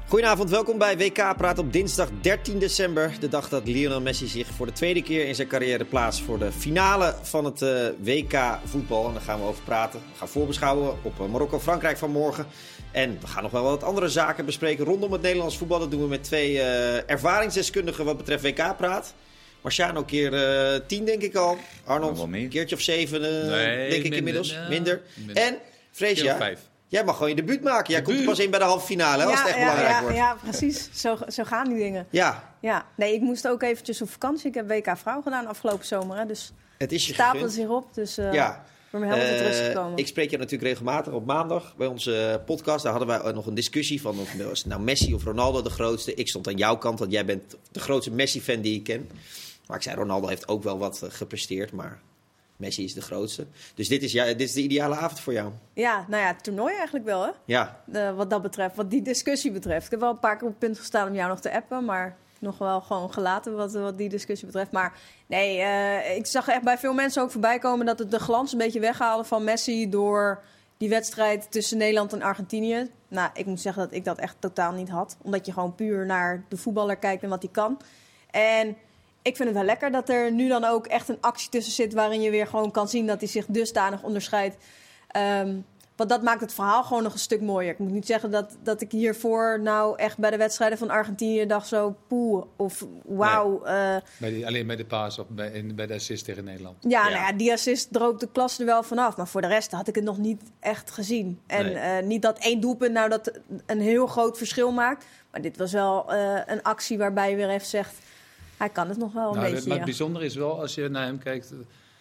Goedenavond, welkom bij WK Praat op dinsdag 13 december. De dag dat Lionel Messi zich voor de tweede keer in zijn carrière plaatst voor de finale van het WK voetbal. En daar gaan we over praten. We gaan voorbeschouwen op Marokko-Frankrijk van morgen. En we gaan nog wel wat andere zaken bespreken rondom het Nederlands voetbal. Dat doen we met twee ervaringsdeskundigen wat betreft WK Praat. Marciano keer 10 denk ik al. Arnold een keertje of 7 denk ik inmiddels. Minder. En Freesia, jij mag gewoon je debuut maken. Jij komt er pas in bij de halve finale, als het echt belangrijk wordt. Ja, precies. Zo gaan die dingen. Ja. Nee, ik moest ook eventjes op vakantie. Ik heb WK Vrouw gedaan afgelopen zomer. Hè, dus het is je stapelde zich op. Dus voor me helemaal tot rust gekomen. Ik spreek je natuurlijk regelmatig op maandag bij onze podcast. Daar hadden wij nog een discussie van of nou Messi of Ronaldo de grootste. Ik stond aan jouw kant, want jij bent de grootste Messi-fan die ik ken. Maar ik zei, Ronaldo heeft ook wel wat gepresteerd, maar Messi is de grootste. Dus dit is de ideale avond voor jou. Ja, nou ja, het toernooi eigenlijk wel, hè? Ja. Wat dat betreft, wat die discussie betreft. Ik heb wel een paar keer op het punt gestaan om jou nog te appen, maar nog wel gewoon gelaten wat die discussie betreft. Maar nee, ik zag echt bij veel mensen ook voorbij komen dat het de glans een beetje weghaalde van Messi door die wedstrijd tussen Nederland en Argentinië. Nou, ik moet zeggen dat ik dat echt totaal niet had. Omdat je gewoon puur naar de voetballer kijkt en wat hij kan. En ik vind het wel lekker dat er nu dan ook echt een actie tussen zit waarin je weer gewoon kan zien dat hij zich dusdanig onderscheidt. Want dat maakt het verhaal gewoon nog een stuk mooier. Ik moet niet zeggen dat ik hiervoor nou echt bij de wedstrijden van Argentinië dacht zo poeh of wauw. Nee. Alleen bij de paas of bij de assist tegen Nederland. Ja, nou ja, die assist droop de klas er wel vanaf. Maar voor de rest had ik het nog niet echt gezien. En niet dat 1 doelpunt nou dat een heel groot verschil maakt. Maar dit was wel een actie waarbij je weer even zegt, hij kan het nog wel een beetje. Maar het bijzondere is wel, als je naar hem kijkt,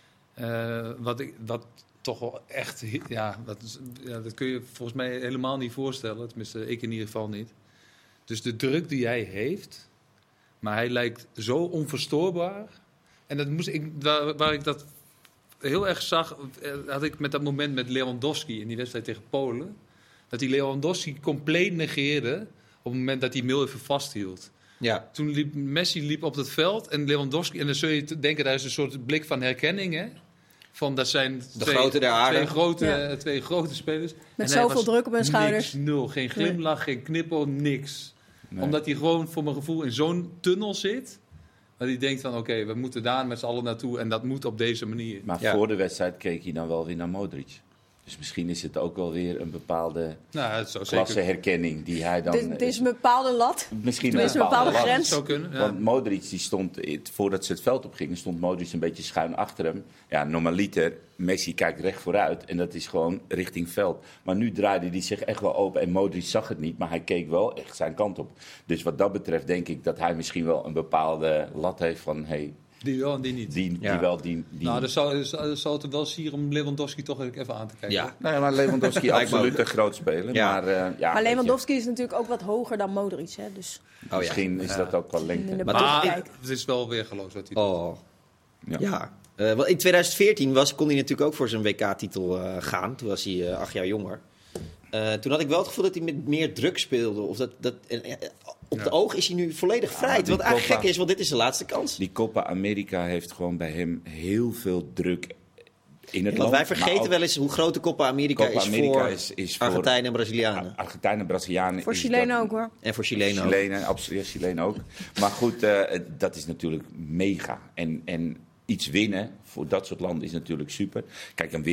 wat toch wel echt, dat kun je volgens mij helemaal niet voorstellen. Tenminste, ik in ieder geval niet. Dus de druk die hij heeft, maar hij lijkt zo onverstoorbaar. En dat waar ik dat heel erg zag, had ik met dat moment met Lewandowski in die wedstrijd tegen Polen. Dat hij Lewandowski compleet negeerde op het moment dat hij hem even vasthield. Ja. Toen Messi op het veld en Lewandowski, en dan zul je denken, daar is een soort blik van herkenning, hè? Van dat zijn twee grote spelers. Met zoveel druk op hun schouders. Nul, geen glimlach, geen knippel, niks. Nee. Omdat hij gewoon voor mijn gevoel in zo'n tunnel zit. Dat hij denkt van oké, we moeten daar met z'n allen naartoe en dat moet op deze manier. Maar voor de wedstrijd keek hij dan wel weer naar Modric. Dus misschien is het ook wel weer een bepaalde klasseherkenning die hij dan. Het is een bepaalde lat. Misschien een bepaalde grens. Zou kunnen, ja. Want Modric die stond, voordat ze het veld op gingen, stond Modric een beetje schuin achter hem. Ja, normaliter, Messi kijkt recht vooruit en dat is gewoon richting veld. Maar nu draaide hij zich echt wel open en Modric zag het niet, maar hij keek wel echt zijn kant op. Dus wat dat betreft denk ik dat hij misschien wel een bepaalde lat heeft van hey, die wel en die niet. Die wel. Nou, dan zou het er wel sier om Lewandowski toch even aan te kijken. Ja, maar Lewandowski absoluut een groot speler. Ja. Maar Lewandowski is natuurlijk ook wat hoger dan Modric. Hè? Dus misschien is dat ook wel lengte. Maar het is wel weergeloos wat hij doet. Want in 2014 kon hij natuurlijk ook voor zijn WK-titel gaan. Toen was hij 8 jaar jonger. Toen had ik wel het gevoel dat hij met meer druk speelde. Of op de oog is hij nu volledig vrij. Wat eigenlijk gek is, want dit is de laatste kans. Die Copa America heeft gewoon bij hem heel veel druk in het land. Want wij vergeten wel eens hoe groot de Copa America is voor Argentijnen en Brazilianen. Argentijnen en Brazilianen. Voor Chilenen ook hoor. En voor Chilenen ook. Absoluut, Chilenen ook. Maar goed, dat is natuurlijk mega. En iets winnen voor dat soort landen is natuurlijk super. Kijk, een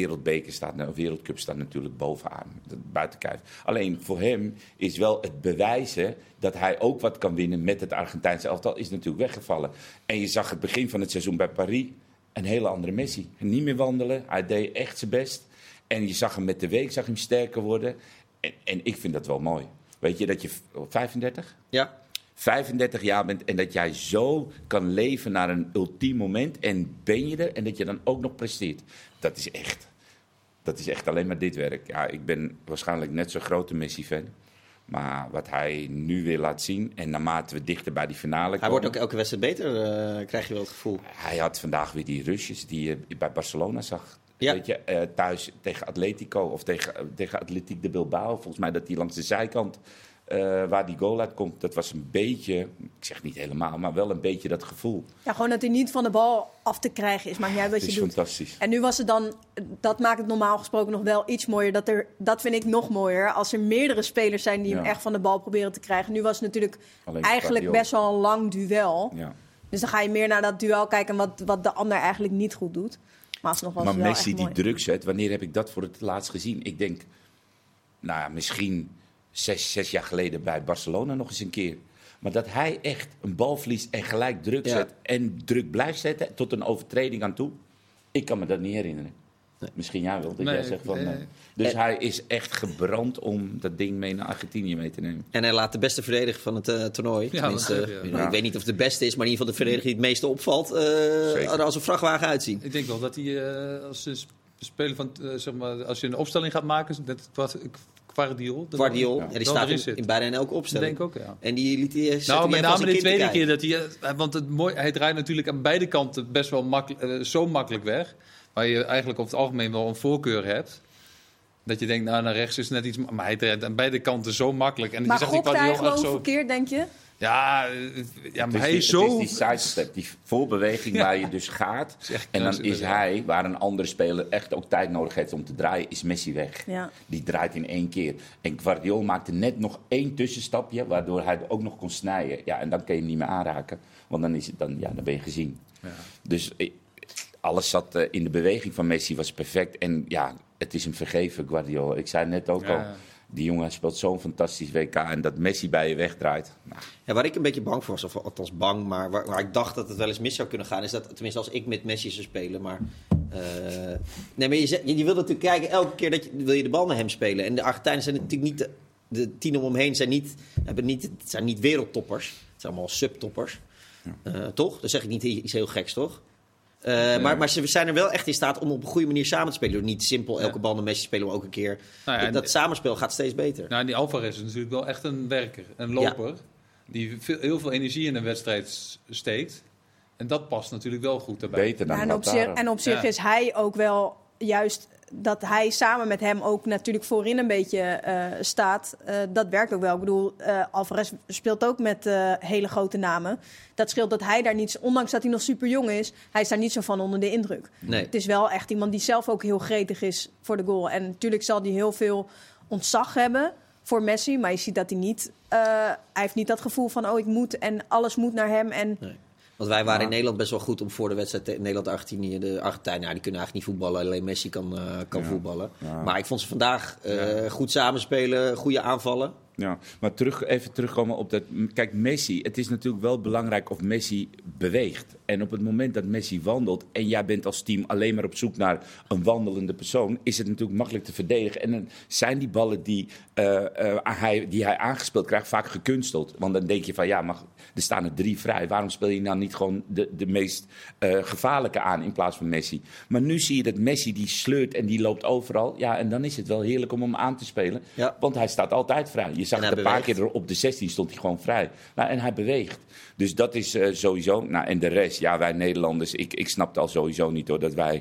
wereldcup staat natuurlijk bovenaan. Buiten kijf. Alleen voor hem is wel het bewijzen dat hij ook wat kan winnen met het Argentijnse elftal is natuurlijk weggevallen. En je zag het begin van het seizoen bij Paris een hele andere Messi. Niet meer wandelen, hij deed echt zijn best. En je zag hem met de week sterker worden. En ik vind dat wel mooi. Weet je dat je 35? Ja. 35 jaar bent en dat jij zo kan leven naar een ultiem moment. En ben je er en dat je dan ook nog presteert. Dat is echt alleen maar dit werk. Ja, ik ben waarschijnlijk net zo'n grote Messi-fan. Maar wat hij nu weer laat zien en naarmate we dichter bij die finale komen. Hij wordt ook elke wedstrijd beter, krijg je wel het gevoel. Hij had vandaag weer die rushes die je bij Barcelona zag. Ja. Weet je, thuis tegen Atletico of tegen Atletiek de Bilbao. Volgens mij dat hij langs de zijkant waar die goal uit komt, dat was een beetje, ik zeg niet helemaal, maar wel een beetje dat gevoel. Ja, gewoon dat hij niet van de bal af te krijgen is. Maakt niet uit wat je doet. Dat is fantastisch. En nu was het dan, dat maakt het normaal gesproken nog wel iets mooier. Dat vind ik nog mooier. Als er meerdere spelers zijn die hem echt van de bal proberen te krijgen. Nu was het natuurlijk eigenlijk best wel een lang duel. Ja. Dus dan ga je meer naar dat duel kijken wat de ander eigenlijk niet goed doet. Maar alsnog was het wel Messi echt mooi. die druk zet, wanneer heb ik dat voor het laatst gezien? Ik denk, misschien 6 jaar geleden bij Barcelona nog eens een keer. Maar dat hij echt een bal verliest en gelijk druk zet en druk blijft zetten tot een overtreding aan toe. Ik kan me dat niet herinneren. Nee. Misschien jij wel, dat jij zegt van... Dus hij is echt gebrand om dat ding mee naar Argentinië mee te nemen. En hij laat de beste verdediger van het toernooi. Ja, ik weet niet of het de beste is, maar in ieder geval de verdediger die het meeste opvalt, er als een vrachtwagen uitzien. Ik denk wel dat hij als speler van, als je een opstelling gaat maken, Gvardiol. Die staat in bijna in elke opstelling. Dat denk ik ook, ja. En die liet hij met name de tweede keer dat hij... Want hij draait natuurlijk aan beide kanten best wel zo makkelijk weg. Waar je eigenlijk over het algemeen wel een voorkeur hebt. Dat je denkt, naar rechts is net iets... Maar hij draait aan beide kanten zo makkelijk. En maar gokt hij gewoon verkeerd, denk je? Ja, maar hij is zo... Het is die sidestep, die voorbeweging waar je dus gaat. En dan is hij, waar een andere speler echt ook tijd nodig heeft om te draaien, is Messi weg. Ja. Die draait in 1 keer. En Gvardiol maakte net nog 1 tussenstapje, waardoor hij ook nog kon snijden. Ja, en dan kun je hem niet meer aanraken. Want dan ben je gezien. Ja. Dus alles zat in de beweging van Messi, was perfect. En ja, het is hem vergeven, Gvardiol. Ik zei net ook al... Die jongen speelt zo'n fantastisch WK en dat Messi bij je wegdraait. Nou. Ja, waar ik een beetje bang voor was, of althans bang, maar waar ik dacht dat het wel eens mis zou kunnen gaan, is dat, tenminste als ik met Messi zou spelen, maar... maar je wil natuurlijk kijken, elke keer wil je de bal naar hem spelen. En de Argentijnen zijn natuurlijk niet, de 10 om hem heen zijn niet wereldtoppers. Het zijn allemaal subtoppers. Ja. Toch? Dat zeg ik niet iets heel geks, toch? Maar ze zijn er wel echt in staat om op een goede manier samen te spelen. Door niet simpel elke bal naar Messi spelen, maar ook een keer. Dat samenspel gaat steeds beter. Nou, die Alvarez is natuurlijk wel echt een werker, een loper. Ja. Die heel veel energie in een wedstrijd steekt. En dat past natuurlijk wel goed daarbij. Beter dan op zich is hij ook wel juist... Dat hij samen met hem ook natuurlijk voorin een beetje staat. Dat werkt ook wel. Ik bedoel, Alvarez speelt ook met hele grote namen. Dat scheelt dat hij daar niet... Ondanks dat hij nog super jong is... Hij is daar niet zo van onder de indruk. Nee. Het is wel echt iemand die zelf ook heel gretig is voor de goal. En natuurlijk zal hij heel veel ontzag hebben voor Messi. Maar je ziet dat hij niet... hij heeft niet dat gevoel van... ik moet en alles moet naar hem. En... Nee. Want wij waren in Nederland best wel goed om voor de wedstrijd Nederland-Argentinië. De Argentijnen, die kunnen eigenlijk niet voetballen. Alleen Messi kan voetballen. Ja. Maar ik vond ze vandaag goed samenspelen, goede aanvallen. Ja, maar even terugkomen op dat... Kijk, Messi, het is natuurlijk wel belangrijk of Messi beweegt. En op het moment dat Messi wandelt en jij bent als team alleen maar op zoek naar een wandelende persoon, is het natuurlijk makkelijk te verdedigen. En dan zijn die ballen die hij aangespeeld krijgt vaak gekunsteld. Want dan denk je van, er staan er 3 vrij. Waarom speel je nou niet gewoon de meest gevaarlijke aan in plaats van Messi? Maar nu zie je dat Messi die sleurt en die loopt overal. Ja, en dan is het wel heerlijk om hem aan te spelen. Ja. Want hij staat altijd vrij. Je zag het een paar keer op de 16 stond hij gewoon vrij. Nou, en hij beweegt. Dus dat is sowieso... Nou, en de rest, wij Nederlanders... Ik snapte al sowieso niet hoor, dat wij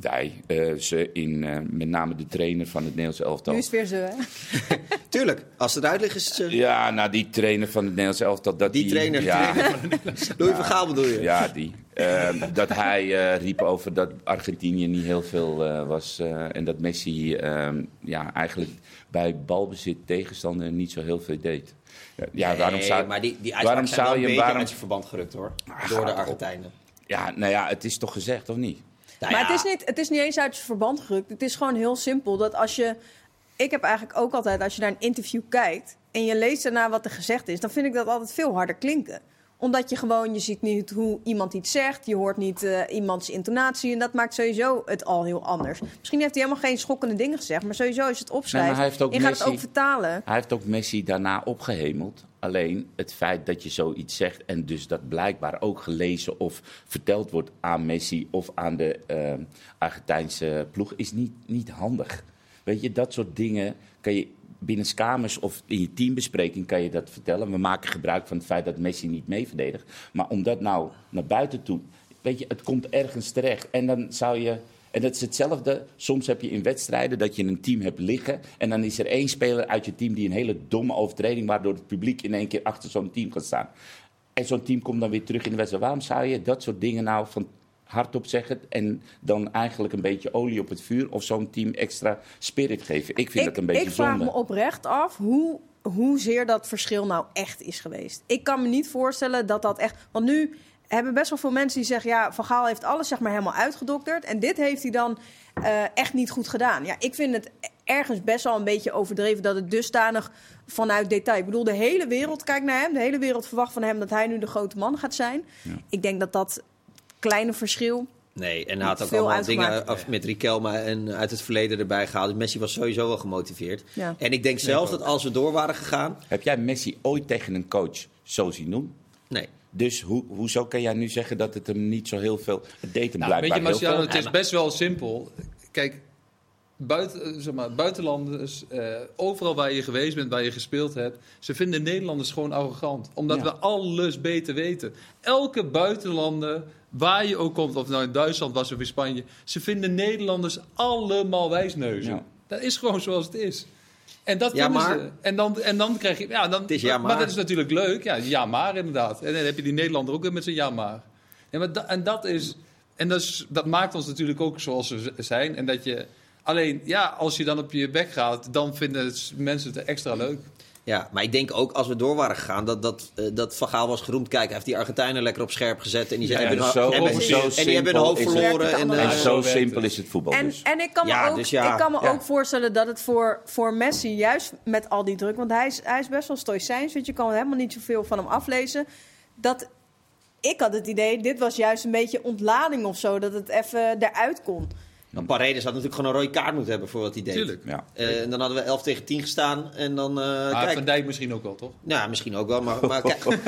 met name de trainer van het Nederlandse elftal... Nu is het weer zo, hè? Tuurlijk, als het eruit ligt is het... Ja, die trainer van het Nederlandse elftal... Trainer Louis van Gaal bedoel je? Ja, die. Dat hij riep over dat Argentinië niet heel veel was... en dat Messi eigenlijk bij balbezit tegenstander niet zo heel veel deed. Maar die uitspraak zijn wel een beetje uit zijn verband gerukt, hoor. Door de Argentijnen. Ja, het is toch gezegd, of niet? Maar het is niet eens uit zijn verband gerukt. Het is gewoon heel simpel. Dat ik heb eigenlijk ook altijd, als je naar een interview kijkt en je leest daarna wat er gezegd is, dan vind ik dat altijd veel harder klinken. Omdat je ziet niet hoe iemand iets zegt, je hoort niet iemands intonatie en dat maakt sowieso het al heel anders. Misschien heeft hij helemaal geen schokkende dingen gezegd, maar sowieso als je het opschrijft, je gaat het ook vertalen. Hij heeft ook Messi daarna opgehemeld. Alleen het feit dat je zoiets zegt en dus dat blijkbaar ook gelezen of verteld wordt aan Messi of aan de Argentijnse ploeg is niet handig. Weet je, dat soort dingen kan je binnenskamers of in je teambespreking kan je dat vertellen. We maken gebruik van het feit dat Messi niet mee verdedigt. Maar om dat nou naar buiten toe... Weet je, het komt ergens terecht. En dan zou je... En dat is hetzelfde. Soms heb je in wedstrijden dat je een team hebt liggen. En dan is er 1 speler uit je team die een hele domme overtreding, waardoor het publiek in één keer achter zo'n team gaat staan. En zo'n team komt dan weer terug in de wedstrijd. Waarom zou je dat soort dingen nou van hardop zeggen en dan eigenlijk een beetje olie op het vuur of zo'n team extra spirit geven? Ik vind dat een beetje zonde. Ik vraag me oprecht af hoezeer dat verschil nou echt is geweest. Ik kan me niet voorstellen dat echt... Want nu hebben best wel veel mensen die zeggen, ja, Van Gaal heeft alles zeg maar helemaal uitgedokterd en dit heeft hij dan echt niet goed gedaan. Ja, ik vind het ergens best wel een beetje overdreven dat het dusdanig vanuit detail. Ik bedoel, de hele wereld kijkt naar hem. De hele wereld verwacht van hem dat hij nu de grote man gaat zijn. Ja. Ik denk dat kleine verschil... Nee, en hij had ook allemaal dingen met Riquelme en uit het verleden erbij gehaald. Dus Messi was sowieso wel gemotiveerd. Ja. En ik denk zelfs dat als we door waren gegaan... Heb jij Messi ooit tegen een coach zo zien doen? Nee. Dus hoezo kan jij nu zeggen dat het hem niet zo heel veel... Het deed hem blijkbaar weet je, Marciano, heel veel. het is best wel simpel. Kijk, buitenlanders, overal waar je geweest bent, waar je gespeeld hebt... ze vinden Nederlanders gewoon arrogant. Omdat we alles beter weten. Elke buitenlander, waar je ook komt, of nou in Duitsland was of in Spanje... ze vinden Nederlanders allemaal wijsneuzen. Ja. Dat is gewoon zoals het is. En dat kunnen ze. En dan krijg je... Ja, dan, het is maar dat is natuurlijk leuk. Ja maar inderdaad. En dan heb je die Nederlander ook weer met zijn ja maar. Dat maakt ons natuurlijk ook zoals we zijn. En dat je... Alleen, ja, als je dan op je bek gaat, dan vinden mensen het extra leuk. Ja, maar ik denk ook als we door waren gegaan, dat Van Gaal was geroemd. Kijk, hij heeft die Argentijnen lekker op scherp gezet. En die hebben hun hoofd verloren. En zo simpel is het voetbal dus. En ik kan me ook voorstellen dat het voor Messi, juist met al die druk... want hij is best wel stoïcijns, want je kan helemaal niet zoveel van hem aflezen... dat ik had het idee, dit was juist een beetje ontlading of zo... dat het even eruit kon... Paredes had natuurlijk gewoon een rode kaart moeten hebben voor wat hij deed. Tuurlijk. Ja. En dan hadden we 11-10 gestaan. En dan, Van Dijk misschien ook wel, toch? Ja, misschien ook wel. Maar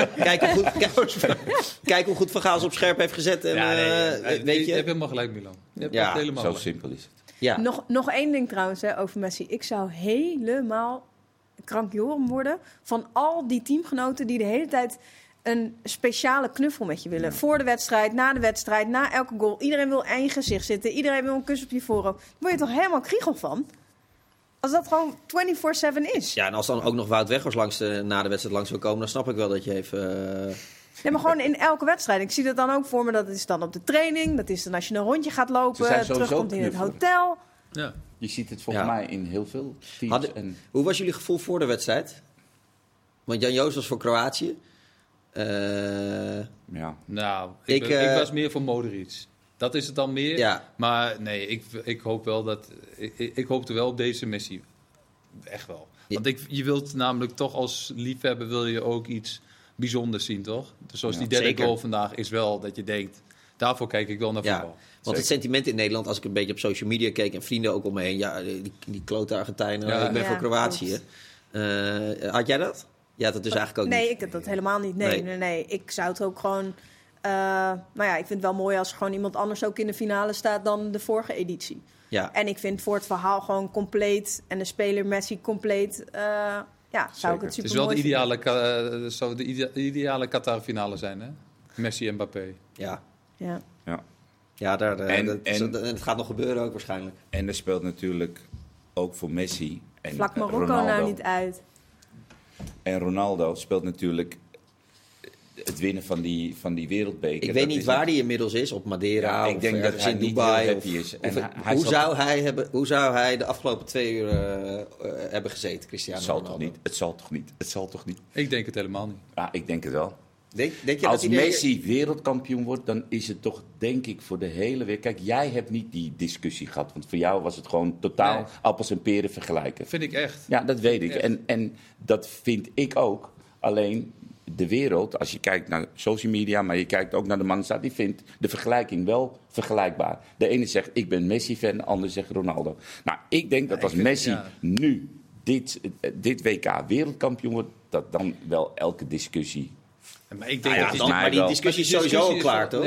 kijk hoe goed Van Gaal op scherp heeft gezet. En, weet je hebt helemaal gelijk, Milan. Zo simpel is het. Ja. Nog één ding trouwens over Messi. Ik zou helemaal krankjoren worden van al die teamgenoten die de hele tijd... een speciale knuffel met je willen. Ja. Voor de wedstrijd, na de wedstrijd, na elke goal. Iedereen wil aan je gezicht zitten. Iedereen wil een kus op je voorhoofd. Daar word je toch helemaal kriegel van? Als dat gewoon 24/7 is. Ja, en als dan ook nog Wout Weghorst na de wedstrijd langs wil komen... dan snap ik wel dat je even... Nee, maar gewoon in elke wedstrijd. Ik zie dat dan ook voor me. Dat is dan op de training. Dat is dan als je een rondje gaat lopen. Terugkomt in het hotel. Ja. Je ziet het volgens mij in heel veel teams. Hoe was jullie gevoel voor de wedstrijd? Want Jan Joos was voor Kroatië. Nou, ik was meer voor Modric. Dat is het dan meer. Ja. Maar nee, ik hoop wel dat... Ik hoopte wel op deze Messi. Echt wel. Want je wilt namelijk toch als liefhebber... wil je ook iets bijzonders zien, toch? Dus zoals die derde goal vandaag is wel dat je denkt... daarvoor kijk ik wel naar voetbal. Want het sentiment in Nederland, als ik een beetje op social media keek... en vrienden ook om me heen... ja, die klote Argentijnen, ik ben voor Kroatië. Had jij dat? Ja, dat dus eigenlijk ook niet. Nee, ik heb dat helemaal niet. Nee. Ik zou het ook gewoon... maar ja, ik vind het wel mooi als er gewoon iemand anders ook in de finale staat dan de vorige editie. Ja. En ik vind voor het verhaal gewoon compleet en de speler Messi compleet... zou ik het super mooi Het zou de ideale Qatar-finale zijn, hè? Messi en Mbappé. Ja. Ja, het gaat nog gebeuren ook waarschijnlijk. En er speelt natuurlijk ook voor Messi en Vlak Marokko nou niet uit. En Ronaldo speelt natuurlijk het winnen van die wereldbeker. Ik weet niet waar hij inmiddels is, op Madeira ik denk dat hij in Dubai niet happy is. Hoe zou hij de afgelopen 2 uur hebben gezeten, Cristiano Ronaldo? Het zal toch niet? Ik denk het helemaal niet. Ja, ik denk het wel. Denk je als Messi wereldkampioen wordt, dan is het toch, denk ik, voor de hele wereld... Kijk, jij hebt niet die discussie gehad. Want voor jou was het gewoon totaal appels en peren vergelijken. Vind ik echt. Ja, dat weet ik. En dat vind ik ook. Alleen de wereld, als je kijkt naar social media... maar je kijkt ook naar de man, die vindt de vergelijking wel vergelijkbaar. De ene zegt, ik ben Messi-fan, de ander zegt Ronaldo. Nou, ik denk dat als Messi nu dit WK wereldkampioen wordt... dat dan wel elke discussie... Maar ik denk maar die discussie is sowieso al klaar, toch?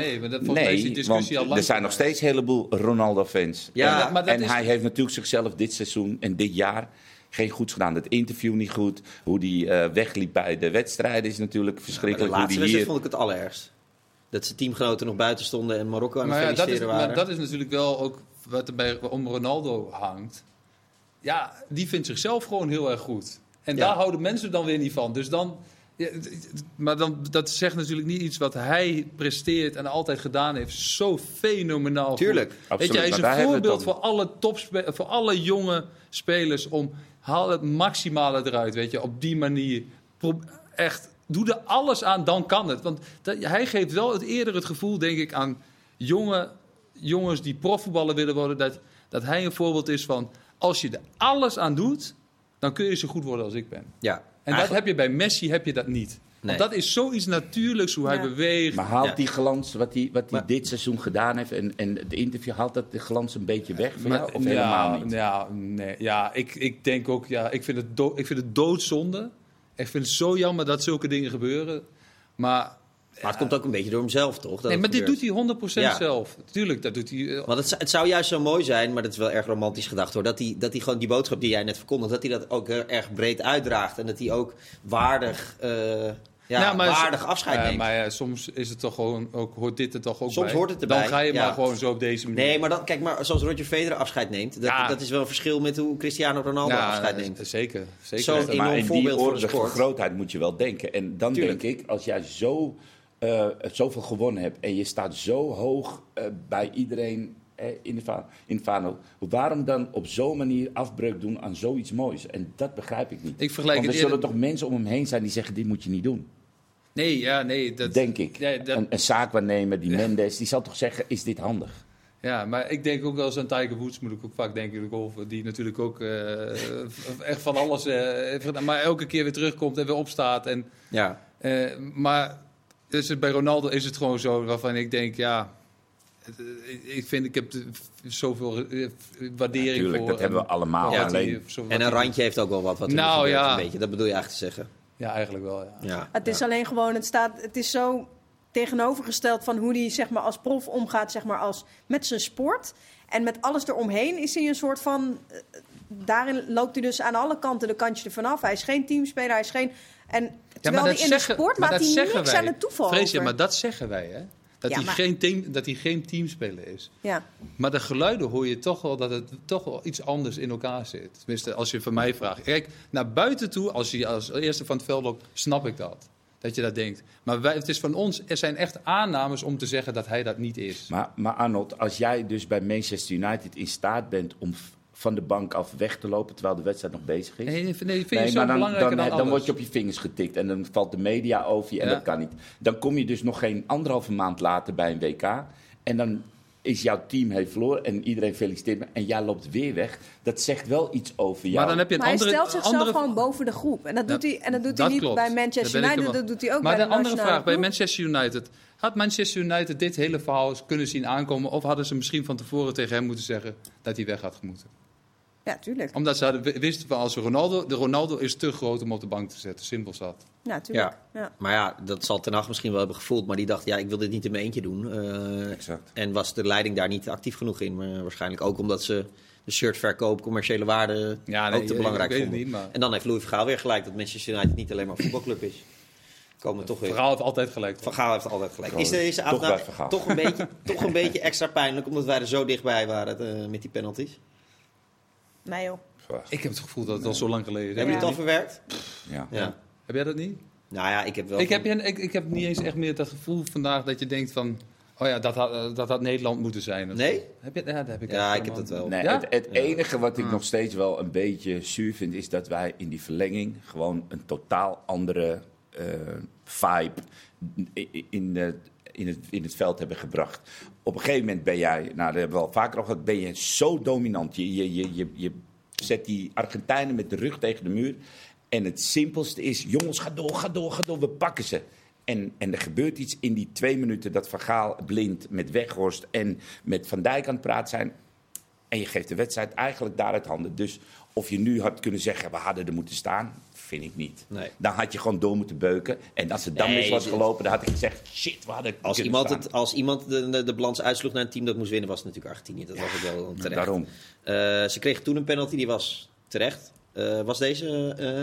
Er zijn nog steeds een heleboel Ronaldo-fans. Ja, en hij heeft natuurlijk zichzelf dit seizoen en dit jaar geen goeds gedaan. Het interview niet goed. Hoe hij wegliep bij de wedstrijden is natuurlijk verschrikkelijk. De laatste wedstrijd vond ik het allerergst. Dat zijn teamgenoten nog buiten stonden en Marokko aan het feliciteren waren. Maar dat is natuurlijk wel ook wat er om Ronaldo hangt. Ja, die vindt zichzelf gewoon heel erg goed. En daar houden mensen dan weer niet van. Dus dan... Ja, maar dat zegt natuurlijk niet iets wat hij presteert en altijd gedaan heeft. Zo fenomenaal. Tuurlijk. Goed. Weet je, hij is een voorbeeld voor alle jonge spelers om haal het maximale eruit. Weet je, op die manier. Echt, doe er alles aan, dan kan het. Want hij geeft wel eerder het gevoel, denk ik, aan jongens die profvoetballer willen worden. Dat hij een voorbeeld is van, als je er alles aan doet, dan kun je zo goed worden als ik ben. Ja. En dat heb je bij Messi heb je dat niet. Nee. Want dat is zoiets natuurlijks hoe hij beweegt. Maar haalt die glans wat hij dit seizoen gedaan heeft en de interview, haalt dat de glans een beetje weg voor jou? Of helemaal niet? Ik denk ook, ik vind het doodzonde. Ik vind het zo jammer dat zulke dingen gebeuren. Maar het komt ook een beetje door hemzelf, toch? Dit doet hij 100% zelf. Tuurlijk, dat doet hij. Want het zou juist zo mooi zijn, maar dat is wel erg romantisch gedacht hoor. Dat hij gewoon die boodschap die jij net verkondigt, dat hij dat ook erg breed uitdraagt. En dat hij ook waardig afscheid neemt. Maar soms is het toch gewoon ook, hoort dit er toch ook soms bij. Hoort het erbij. Dan ga je maar gewoon zo op deze manier. Nee, maar kijk maar, zoals Roger Federer afscheid neemt. Dat is wel een verschil met hoe Cristiano Ronaldo afscheid neemt. Zeker. Zo'n enorm voorbeeld voor de sport. Van grootheid moet je wel denken. En dan denk ik, als jij zoveel gewonnen hebt en je staat zo hoog bij iedereen in het vaandel, waarom dan op zo'n manier afbreuk doen aan zoiets moois? En dat begrijp ik niet. Want er zullen toch mensen om hem heen zijn die zeggen, dit moet je niet doen. Nee. Dat denk ik. Een zaakwaarnemer, die Mendes, die zal toch zeggen, is dit handig? Ja, maar ik denk ook wel eens aan Tiger Woods, moet ik ook vaak denken, de golfer, die natuurlijk ook echt van alles, maar elke keer weer terugkomt en weer opstaat. Maar dus bij Ronaldo is het gewoon zo, waarvan ik denk, ik heb zoveel waardering voor. Dat hebben we allemaal. En een randje heeft ook wel wat een beetje. Dat bedoel je eigenlijk te zeggen. Ja, eigenlijk wel, ja. Het is alleen gewoon, het is zo tegenovergesteld van hoe hij zeg maar, als prof omgaat zeg maar, met zijn sport. En met alles eromheen is hij een soort van... Daarin loopt hij dus aan alle kanten de kantje ervan af. Hij is geen teamspeler, hij is geen... En terwijl hij in de sport maakt hij niks aan het toeval over. Maar dat zeggen wij, hè? Dat hij geen teamspeler is. Ja. Maar de geluiden hoor je toch wel dat het toch wel iets anders in elkaar zit. Tenminste, als je van mij vraagt. Kijk, naar buiten toe, als je als eerste van het veld loopt, snap ik dat. Dat je dat denkt. Maar het is van ons, er zijn echt aannames om te zeggen dat hij dat niet is. Maar Arnold, als jij dus bij Manchester United in staat bent om van de bank af weg te lopen terwijl de wedstrijd nog bezig is. Nee, vind je zo belangrijker dan alles. Dan word je op je vingers getikt en dan valt de media over je en dat kan niet. Dan kom je dus nog geen 1,5 maand later bij een WK en dan is jouw team heeft verloren en iedereen feliciteert me en jij loopt weer weg. Dat zegt wel iets over jou. Maar dan heb je hij stelt zichzelf gewoon boven de groep. En dat doet hij niet klopt. Bij Manchester United, dat doet hij ook maar bij de andere vraag, groep. bij Manchester United. Had Manchester United dit hele verhaal kunnen zien aankomen of hadden ze misschien van tevoren tegen hem moeten zeggen dat hij weg had moeten? Ja, tuurlijk. Omdat ze wisten van als Ronaldo is te groot om op de bank te zetten. Simpel zat. Ja, tuurlijk. Ja. Maar dat zal Ten Hag misschien wel hebben gevoeld. Maar die dacht, ik wil dit niet in mijn eentje doen. Exact. En was de leiding daar niet actief genoeg in. Maar waarschijnlijk ook omdat ze de shirtverkoop, commerciële waarde ook te belangrijk vonden. Niet, maar... En dan heeft Louis van Gaal weer gelijk dat Manchester United niet alleen maar een voetbalclub is. Komen toch weer. Van Gaal heeft altijd gelijk. Van Gaal heeft altijd gelijk. Is deze avond toch een beetje extra pijnlijk omdat wij er zo dichtbij waren met die penalties? Nee joh. Ik heb het gevoel dat het al zo lang geleden is. Heb je het al verwerkt? Ja. Heb jij dat niet? Nou ja, ik heb wel... Ik heb niet eens echt meer dat gevoel vandaag dat je denkt van... Oh ja, dat had Nederland moeten zijn. Nee? Dat heb ik. Ja, ik heb dat wel. Nee, ja? Het enige wat ik nog steeds wel een beetje zuur vind... is dat wij in die verlenging gewoon een totaal andere vibe in het veld hebben gebracht. Op een gegeven moment ben jij... Nou, dat hebben we al vaker al gehad. Ben je zo dominant. Je zet die Argentijnen met de rug tegen de muur. En het simpelste is... Jongens, ga door. We pakken ze. En er gebeurt iets in die 2 minuten... dat Van Gaal blind met Weghorst en met Van Dijk aan het praten zijn. En je geeft de wedstrijd eigenlijk daar uit handen. Dus of je nu had kunnen zeggen... we hadden er moeten staan... vind ik niet. Nee. Dan had je gewoon door moeten beuken. En als het dan mis was gelopen, dan had ik gezegd... shit, we hadden als iemand de balans uitsloeg naar een team dat moest winnen... was het natuurlijk Argentinië. Dat was ook wel terecht. Daarom. Ze kregen toen een penalty, die was terecht. Was deze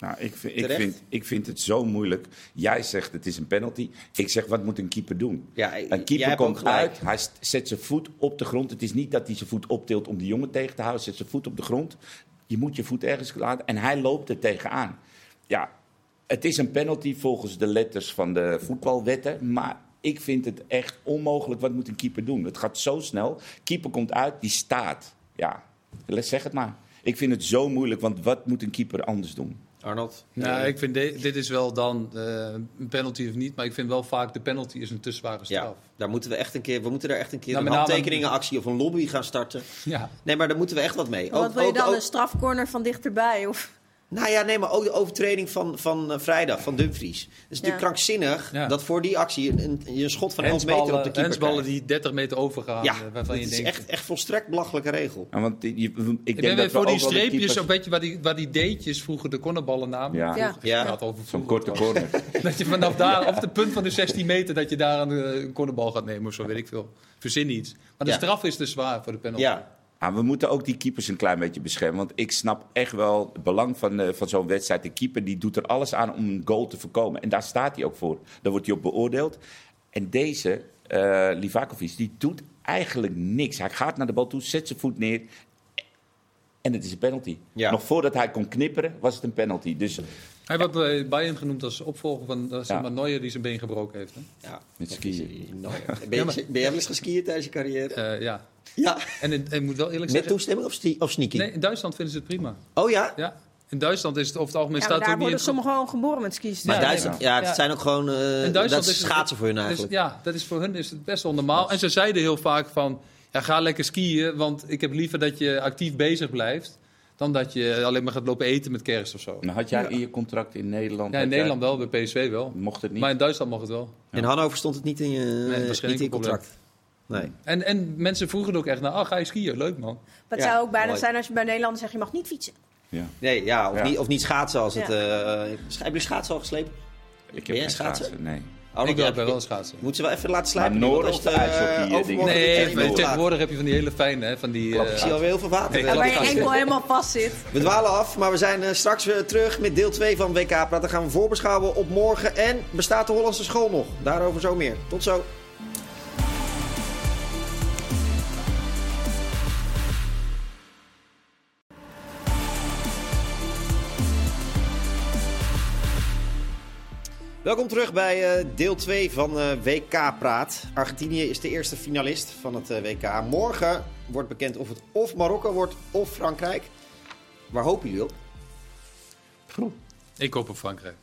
Nou, ik vind het zo moeilijk. Jij zegt het is een penalty. Ik zeg, wat moet een keeper doen? Ja, een keeper komt uit, hij zet zijn voet op de grond. Het is niet dat hij zijn voet optilt om de jongen tegen te houden. Zet zijn voet op de grond. Je moet je voet ergens laten en hij loopt er tegenaan. Ja, het is een penalty volgens de letters van de voetbalwetten. Maar ik vind het echt onmogelijk. Wat moet een keeper doen? Het gaat zo snel. Keeper komt uit, die staat. Ja, zeg het maar. Ik vind het zo moeilijk, want wat moet een keer anders doen? Arnold? Nou, ik vind dit is wel dan een penalty of niet. Maar ik vind wel vaak de penalty is een te zware straf. Ja, daar moeten we echt een keer, een handtekeningenactie of een lobby gaan starten. Ja. Nee, maar daar moeten we echt wat mee. Wat wil je dan, een strafcorner van dichterbij? Of? Nou ja, nee, maar ook de overtreding van vrijdag, van Dumfries. Het is natuurlijk krankzinnig dat voor die actie je een schot van 11 meter op de keeper krijgt. Hensballen die 30 meter overgaan. Ja, dat is echt volstrekt belachelijke regel. Ja, want ik denk dat voor die streepjes, een beetje waar die deetjes vroeger de cornerballen namen. Ja. Zo'n korte corner. Dat je vanaf daar, op het punt van de 16 meter, dat je daar een cornerbal gaat nemen of zo, weet ik veel. Verzin iets. Maar de straf is te zwaar voor de penalty. Ja. We moeten ook die keepers een klein beetje beschermen. Want ik snap echt wel het belang van zo'n wedstrijd. De keeper die doet er alles aan om een goal te voorkomen. En daar staat hij ook voor. Daar wordt hij op beoordeeld. En deze, Livakovic, die doet eigenlijk niks. Hij gaat naar de bal toe, zet zijn voet neer. En het is een penalty. Ja. Nog voordat hij kon knipperen, was het een penalty. Dus, hij wordt bij Bayern genoemd als opvolger van Neuer die zijn been gebroken heeft. Hè? Ja, met skiën. Ben jij wel eens geskiën tijdens je carrière? Ja. Ja. En ik moet wel eerlijk zeggen... Met toestemming of sneaky? Nee, in Duitsland vinden ze het prima. Oh ja? Ja. In Duitsland is het over het algemeen... maar daar worden sommigen gewoon geboren met skis. Maar Duitsland, het zijn ook gewoon... dat is schaatsen voor hun eigenlijk. Dat is voor hun is het best wel normaal. En ze zeiden heel vaak van... ga lekker skiën, want ik heb liever dat je actief bezig blijft... dan dat je alleen maar gaat lopen eten met kerst of zo. Nou, had jij in je contract in Nederland... Ja, in Nederland wel, bij PSV wel. Mocht het niet? Maar in Duitsland mocht het wel. In Hannover stond het niet in je contract. Nee. En mensen vroegen ook echt naar, ga je skiën? Leuk man. Maar het zou ook bijna zijn als je bij Nederland zegt, je mag niet fietsen. Ja. Nee, of niet schaatsen als het... Heb je schaatsen al geslepen? Ik heb geen schaatsen, nee. Ik wil wel schaatsen. Moet ze wel even laten slijpen? Tegenwoordig heb je van die hele fijne... Ik zie alweer heel veel water. Waar je enkel helemaal vast zit. We dwalen af, maar we zijn straks weer terug met deel 2 van WK Praat. Dan gaan we voorbeschouwen op morgen. En bestaat de Hollandse school nog? Daarover zo meer. Tot zo. Welkom terug bij deel 2 van WK Praat. Argentinië is de eerste finalist van het WK. Morgen wordt bekend of het of Marokko wordt of Frankrijk. Waar hopen jullie op? Ik hoop op Frankrijk.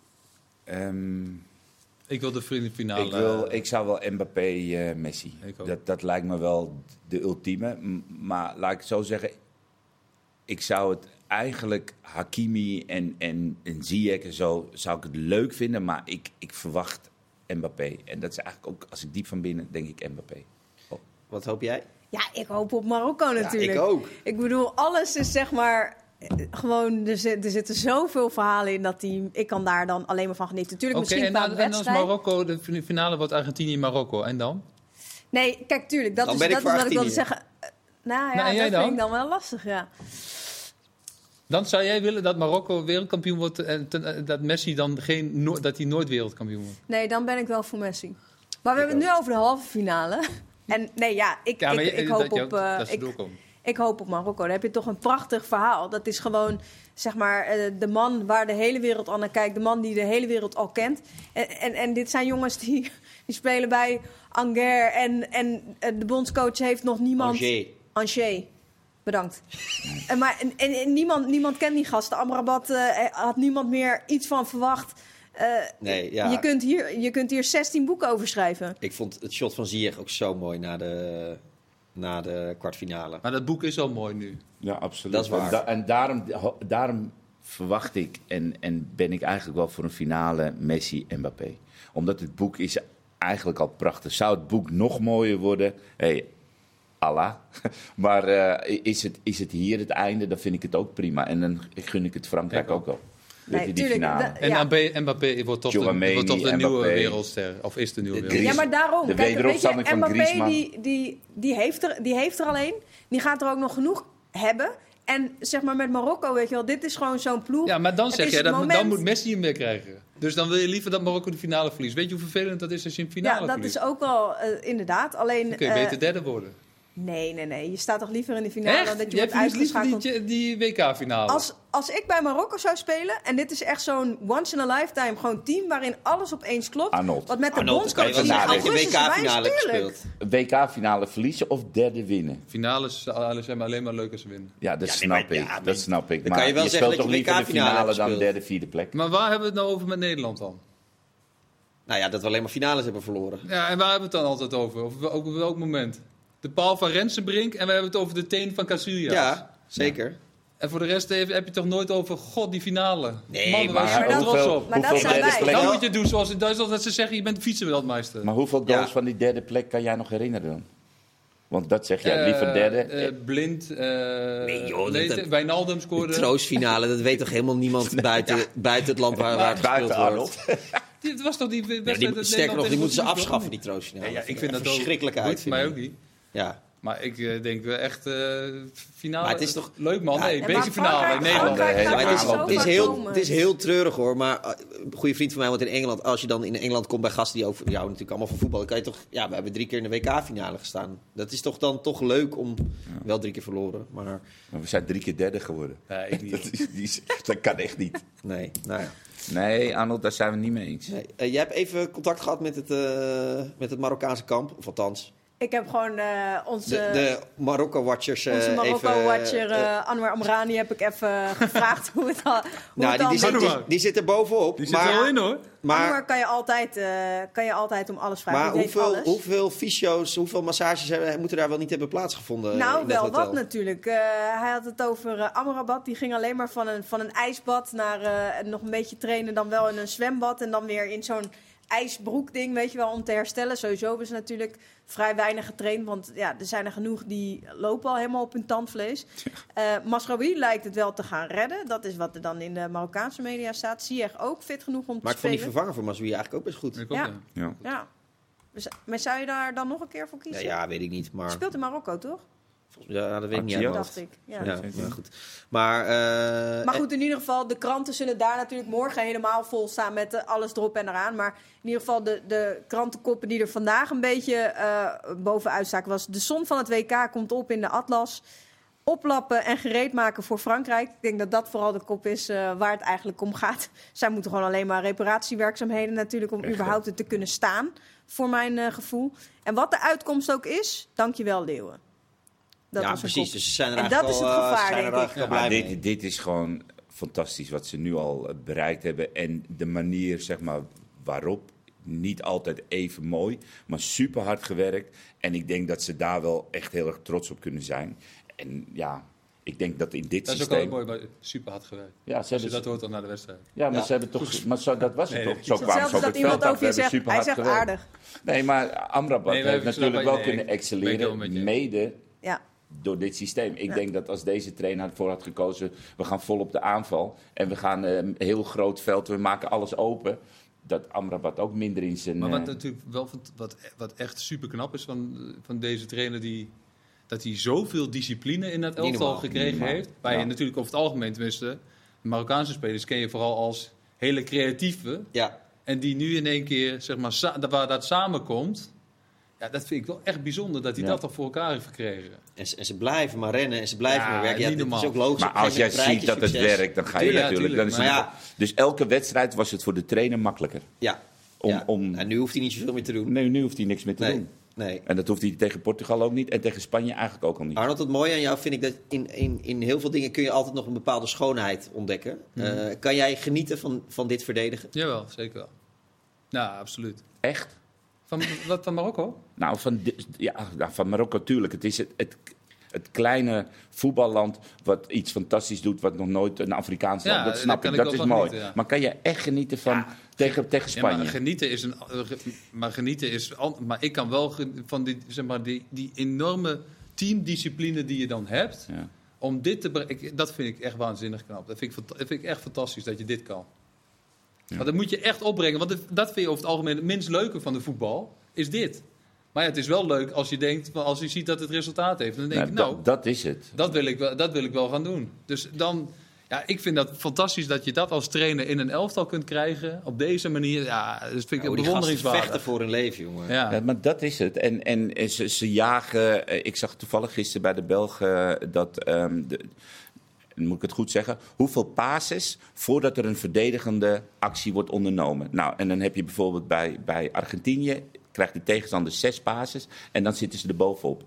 Ik wil de finale. Ik zou wel Mbappé, Messi. Dat lijkt me wel de ultieme. Maar laat ik het zo zeggen. Ik zou het eigenlijk Hakimi en Ziyech en zo zou ik het leuk vinden, maar ik verwacht Mbappé. En dat is eigenlijk ook, als ik diep van binnen, denk ik Mbappé. Oh. Wat hoop jij? Ja, ik hoop op Marokko natuurlijk. Ja, ik ook. Ik bedoel, alles is zeg maar gewoon, er zitten zoveel verhalen in dat team. Ik kan daar dan alleen maar van genieten. Natuurlijk misschien qua wedstrijd. En als Marokko, de finale wordt Argentinië-Marokko. En dan? Nee, kijk, tuurlijk. Dat is wat ik wilde zeggen. Nou ja, dat vind ik dan wel lastig, ja. Dan zou jij willen dat Marokko wereldkampioen wordt en dat Messi dan dat hij nooit wereldkampioen wordt? Nee, dan ben ik wel voor Messi. Maar we hebben het nu over de halve finale. En nee, ik hoop op... Ik hoop op Marokko. Dan heb je toch een prachtig verhaal. Dat is gewoon, zeg maar, de man waar de hele wereld aan naar kijkt. De man die de hele wereld al kent. En dit zijn jongens die spelen bij Angers. En de bondscoach heeft nog niemand... Angers. Bedankt. En niemand kent die gasten. Amrabat had niemand meer iets van verwacht. Je kunt hier 16 boeken over schrijven. Ik vond het shot van Ziyech ook zo mooi na de kwartfinale. Maar dat boek is al mooi nu. Ja, absoluut. Dat is waar. En daarom verwacht ik en ben ik eigenlijk wel voor een finale Messi-Mbappé. Omdat het boek is eigenlijk al prachtig. Zou het boek nog mooier worden? Allah. Maar is het hier het einde, dan vind ik het ook prima. En dan gun ik het Frankrijk ook wel. Nee, die finale. En Mbappé wordt toch de nieuwe wereldster. Of is de nieuwe wereldster. Ja, maar daarom. De wederopstanding van Mbappé Griezmann. die heeft er al een. Die gaat er ook nog genoeg hebben. En zeg maar met Marokko, weet je wel, dit is gewoon zo'n ploeg. Ja, maar dan Het zeg is jij, het moment- dan moet Messi hem weer krijgen. Dus dan wil je liever dat Marokko de finale verliest. Weet je hoe vervelend dat is als je een finale Ja, dat verliest? is ook wel inderdaad. Alleen, Dan kun je beter derde worden. Nee. Je staat toch liever in de finale dan Echt? dat je Jij wordt verliest liever uitgeschakeld. die WK-finale? Als ik bij Marokko zou spelen, en dit is echt zo'n once in a lifetime gewoon team waarin alles opeens klopt. Arnold. Wat met de Arnold, kan je bondscoach wel in zeggen dat je augustus WK-finale wijst, gespeeld. tuurlijk. WK-finale verliezen of derde winnen? Finales zijn alleen maar leuk als ze winnen. Ja, dat Ja, snap nee, ik. maar- ja, Dat snap ik. dan Maar kan je wel zeggen speelt dat toch je liever de WK-finale finale hebt dan gespeeld. derde, vierde plek? Maar waar hebben we het nou over met Nederland dan? Nou ja, dat we alleen maar finales hebben verloren. Ja, en waar hebben we het dan altijd over? Op welk moment? De paal van Rensenbrink en we hebben het over de teen van Casillas. Ja, zeker. En voor de rest heb je het toch nooit over, god, die finale. Nee, Man, we maar waren zo trots op. Maar dat hoeveel zijn derde wij. plek? Dan moet je het doen zoals in Duitsland dat ze zeggen, je bent vice-wereldmeester. Maar hoeveel goals Ja. van die derde plek kan jij nog herinneren dan? Want dat zeg jij, liever derde. Blind. Nee, joh, dat- Wijnaldum De scoorde. troostfinale, dat weet toch helemaal niemand buiten het land waar het gespeeld Buiten wordt. Arnold. Het was toch die wedstrijd Ja, dat sterker nog, Nederland die moeten ze tegen afschaffen, Bosnië die troostfinale. Ja, ik vind een dat ook verschrikkelijke boeit mij ook uitvinding. niet. Ja. Maar ik denk echt finale. Maar het is toch- leuk man. Ja, Nee, en bekerfinale in Frankrijk- Nederland. Frankrijk gaat Maar er het is- zo Het is, vaak heel, komen. het is heel treurig hoor, maar een goede vriend van mij woont in Engeland. Als je dan in Engeland komt bij gasten die over jou natuurlijk allemaal van voetbal, dan kan je toch, ja, we hebben 3 keer in de WK-finale gestaan. Dat is toch dan toch leuk om, wel 3 keer verloren, maar Maar we zijn 3 keer derde geworden. Nee, ik niet. Dat kan echt niet. nee, nou ja. Nee, Arnold, daar zijn we niet mee eens. Nee. Jij hebt even contact gehad met het Marokkaanse kamp, of althans, Ik heb gewoon onze... de Marokko-watchers Onze even... Marokko-watcher Anwar Amrani heb ik even gevraagd hoe het al die zit er bovenop. Die zit er wel in hoor. Anwar kan je altijd om alles vragen. Maar Die weet alles. hoeveel fysio's, hoeveel massages moeten daar wel niet hebben plaatsgevonden? Nou, in dat wel hotel? wat natuurlijk. Hij had het over Amrabat. Die ging alleen maar van een ijsbad naar nog een beetje trainen. Dan wel in een zwembad. En dan weer in zo'n ijsbroekding, weet je wel, om te herstellen. Sowieso hebben ze natuurlijk vrij weinig getraind. Want ja, er zijn er genoeg die lopen al helemaal op hun tandvlees. Masraoui lijkt het wel te gaan redden. Dat is wat er dan in de Marokkaanse media staat. Ziyech ook fit genoeg om Maar te ik vond die spelen. vervanger voor Masraoui eigenlijk ook best goed. Ik ook, Ja. ja. Ja. Ja. Maar zou je daar dan nog een keer voor Ja, kiezen? ja, weet ik niet. Maar, Speelt in Marokko, toch? ja, dat weet ik niet. Archie uit mijn Dacht hoofd. ik. Ja. Ja, maar goed. Maar, Maar goed, in ieder geval, de kranten zullen daar natuurlijk morgen helemaal vol staan met alles erop en eraan. Maar in ieder geval, de krantenkoppen die er vandaag een beetje bovenuit staken was... De som van het WK komt op in de Atlas. Oplappen en gereed maken voor Frankrijk. Ik denk dat dat vooral de kop is waar het eigenlijk om gaat. Zij moeten gewoon alleen maar reparatiewerkzaamheden natuurlijk... om überhaupt er te kunnen staan, voor mijn gevoel. En wat de uitkomst ook is, dankjewel Leeuwen. Dat ja, was een precies. kop. Dus ze zijn er En eigenlijk dat is het al, gevaar, zijn er denk ik. eigenlijk al Maar blij mee. dit is gewoon fantastisch wat ze nu al bereikt hebben. En de manier, zeg maar, waarop. Niet altijd even mooi, maar super hard gewerkt. En ik denk dat ze daar wel echt heel erg trots op kunnen zijn. En ja, ik denk dat in dit Dat is ook systeem... altijd mooi, maar super hard gewerkt. Ja, ze Als je hebben, dat hoort dan naar de wedstrijd. ja, maar Ja. ze hebben toch... Maar zo, dat was het Nee, toch? Zo Het is kwamen ze hetzelfde op dat het iemand veld af. over je We hebben zegt, super hij hard zegt gewerkt. aardig. Nee, maar Amrabat Nee, heeft we natuurlijk snappen- wel nee, kunnen ben ik helemaal excelleren, met je. mede Ja. door dit systeem. Ik Ja. denk dat als deze trainer ervoor had gekozen, we gaan vol op de aanval en we gaan een heel groot veld, we maken alles open, dat Amrabat ook minder in zijn... Maar wat natuurlijk wel wat echt super knap is van deze trainer, dat hij zoveel discipline in dat Niet elftal normaal. gekregen Niet normaal. heeft. Waar je Ja. natuurlijk over het algemeen, tenminste, de Marokkaanse spelers ken je vooral als hele creatieve. Ja, En die nu in één keer, zeg maar, waar dat samenkomt. Ja, dat vind ik wel echt bijzonder dat hij Ja. dat toch voor elkaar heeft gekregen. en ze blijven maar rennen en ze blijven Ja, maar werken. Ja, niet dit is normaal. ook logisch. Maar Op een als jij gegeven moment ziet dat het bereik je succes. werkt, dan ga je Tuurlijk, natuurlijk... Dan is tuurlijk, het- maar Dus elke wedstrijd was het voor de trainer makkelijker. Ja. En nu hoeft hij niet zoveel meer te doen. Nee, nu hoeft hij niks meer te Nee. doen. Nee. En dat hoeft hij tegen Portugal ook niet en tegen Spanje eigenlijk ook al niet. Arnold, het mooie aan jou vind ik dat in heel veel dingen kun je altijd nog een bepaalde schoonheid ontdekken. Kan jij genieten van dit verdedigen? Jawel, zeker wel. Ja, absoluut. Echt? Van Marokko? Nou, van Marokko natuurlijk. Het is het kleine voetballand wat iets fantastisch doet, wat nog nooit een Afrikaans land. Ja, Dat daar snap kan ik, ik dat wel is van mooi. genieten, ja. Maar kan je echt genieten van tegen Ja, Spanje? maar ik kan wel van die enorme teamdiscipline die je dan hebt. Ja. Om dit te dat vind ik echt waanzinnig knap. Dat vind ik echt fantastisch dat je dit kan. Ja. Maar dat moet je echt opbrengen. Want dat vind je over het algemeen het minst leuke van de voetbal. Is dit. Maar ja, het is wel leuk als je ziet dat het resultaat heeft. Dan denk je, dat is het. Dat wil ik wel gaan doen. Dus dan, ik vind dat fantastisch dat je dat als trainer in een elftal kunt krijgen. Op deze manier, dat vind ik bewonderingswaardig. Vechten voor hun leven, jongen. Ja, maar dat is het. En ze jagen... Ik zag toevallig gisteren bij de Belgen dat... moet ik het goed zeggen, hoeveel passes voordat er een verdedigende actie wordt ondernomen. Nou, en dan heb je bijvoorbeeld bij Argentinië, krijgt de tegenstander 6 passes en dan zitten ze er bovenop.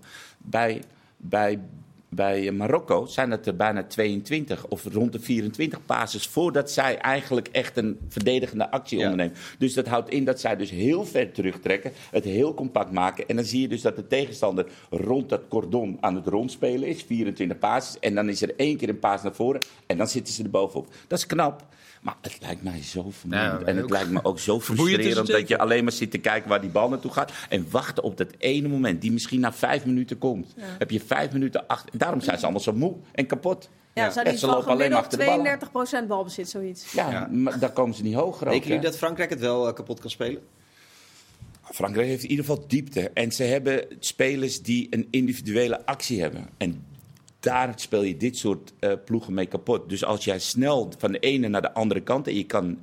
Bij Marokko zijn het er bijna 22 of rond de 24 passes voordat zij eigenlijk echt een verdedigende actie ondernemen. Dus dat houdt in dat zij dus heel ver terugtrekken, het heel compact maken. En dan zie je dus dat de tegenstander rond dat cordon aan het rondspelen is, 24 passes. En dan is er 1 keer een paas naar voren en dan zitten ze er bovenop. Dat is knap. Maar het lijkt mij zo vermoeiend. En het lijkt me ook zo frustrerend dat je alleen maar zit te kijken waar die bal naartoe gaat. En wachten op dat ene moment die misschien na 5 minuten komt. Ja. Heb je 5 minuten achter. Daarom zijn ze allemaal zo moe en kapot. Ja, ze lopen alleen maar achter de bal. 32% balbezit, zoiets. Ja, maar daar komen ze niet hoger op. Denken jullie dat Frankrijk het wel kapot kan spelen? Frankrijk heeft in ieder geval diepte. En ze hebben spelers die een individuele actie hebben. En daar speel je dit soort ploegen mee kapot. Dus als jij snel van de ene naar de andere kant... en je kan